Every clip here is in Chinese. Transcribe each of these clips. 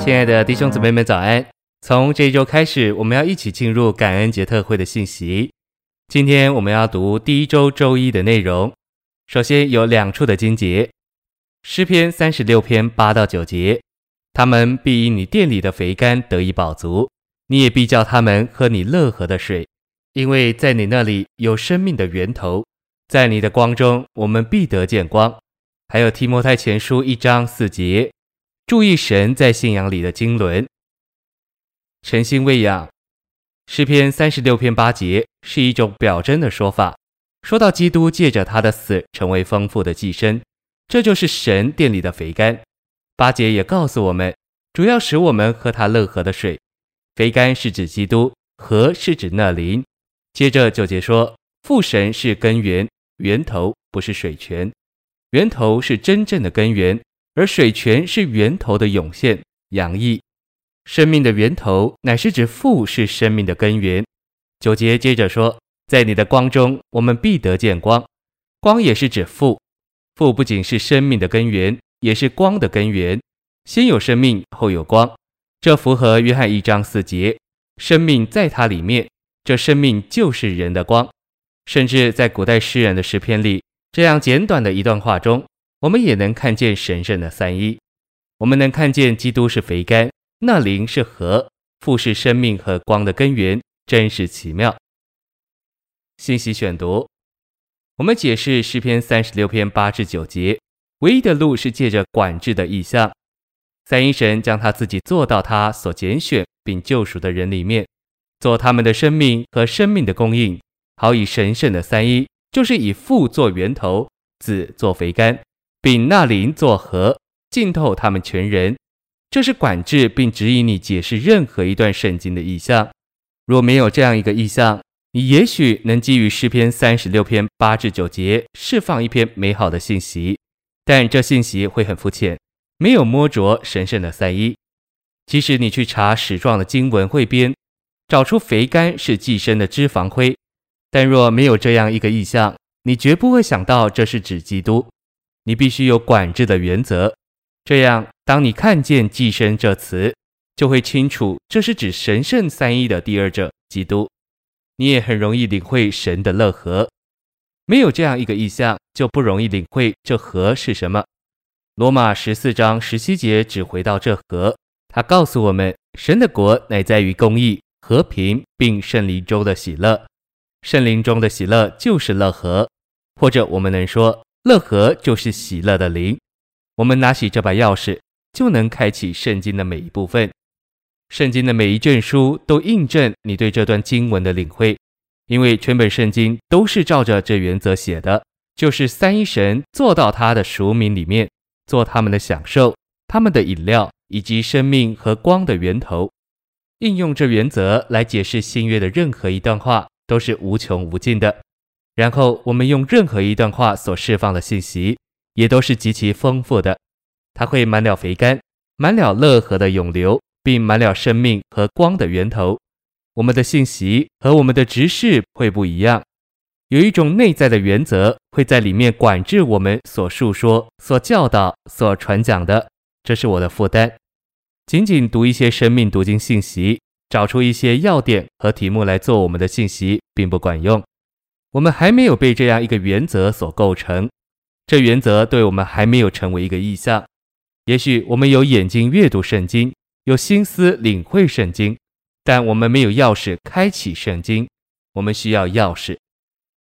亲爱的弟兄姊妹们早安，从这一周开始，我们要一起进入感恩节特会的信息。今天我们要读第一周周一的内容。首先有2处的经节，诗篇36篇8到9节，他们必因你殿里的肥甘得以饱足，你也必叫他们喝你乐河的水，因为在你那里有生命的源头，在你的光中我们必得见光。还有提摩太前书1章4节，注意神在信仰里的经纶。诚心喂养，诗篇36篇8节是一种表征的说法，说到基督借着他的死成为丰富的祭牲，这就是神殿里的肥甘。8节也告诉我们，主要使我们喝他乐河的水，肥甘是指基督，河是指那灵。接着9节说，父神是根源，源头不是水泉，源头是真正的根源，而水泉是源头的涌现、洋溢。生命的源头乃是指父是生命的根源。9节接着说，在你的光中我们必得见光，光也是指父，父不仅是生命的根源，也是光的根源，先有生命后有光，这符合约翰1章4节，生命在他里面，这生命就是人的光。甚至在古代诗人的诗篇里，这样简短的一段话中，我们也能看见神圣的三一。我们能看见基督是肥甘，那灵是河，父是生命和光的根源，真是奇妙。信息选读，我们解释诗篇36篇8至9节，唯一的路是借着管制的意象。三一神将他自己做到他所拣选并救赎的人里面，做他们的生命和生命的供应，好以神圣的三一，就是以父做源头，子做肥甘，并那灵做河，浸透他们全人。这是管制并指引你解释任何一段圣经的意象。若没有这样一个意象，你也许能基于诗篇36篇8至9节释放一篇美好的信息，但这信息会很肤浅，没有摸着神圣的三一。即使你去查史状的经文汇编，找出肥甘是寄生的脂肪灰，但若没有这样一个意象，你绝不会想到这是指基督。你必须有管制的原则，这样当你看见寄生这词，就会清楚这是指神圣三一的第二者基督。你也很容易领会神的乐河。没有这样一个意象，就不容易领会这河是什么。罗马14章17节只回到这河，他告诉我们，神的国乃在于公义、和平并圣灵中的喜乐。圣灵中的喜乐就是乐河，或者我们能说，乐河就是喜乐的灵。我们拿起这把钥匙，就能开启圣经的每一部分。圣经的每一卷书都印证你对这段经文的领会，因为全本圣经都是照着这原则写的，就是三一神做到他的属民里面，做他们的享受、他们的饮料以及生命和光的源头。应用这原则来解释新约的任何一段话都是无穷无尽的。然后我们用任何一段话所释放的信息也都是极其丰富的，它会满了肥甘，满了乐河的涌流，并满了生命和光的源头。我们的信息和我们的执事会不一样，有一种内在的原则会在里面管制我们所述说、所教导、所传讲的，这是我的负担。仅仅读一些生命读经信息，找出一些要点和题目来做我们的信息并不管用。我们还没有被这样一个原则所构成，这原则对我们还没有成为一个意象。也许我们有眼睛阅读圣经，有心思领会圣经，但我们没有钥匙开启圣经，我们需要钥匙。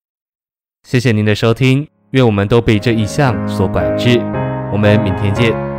谢谢您的收听，愿我们都被这意象所管制。我们明天见。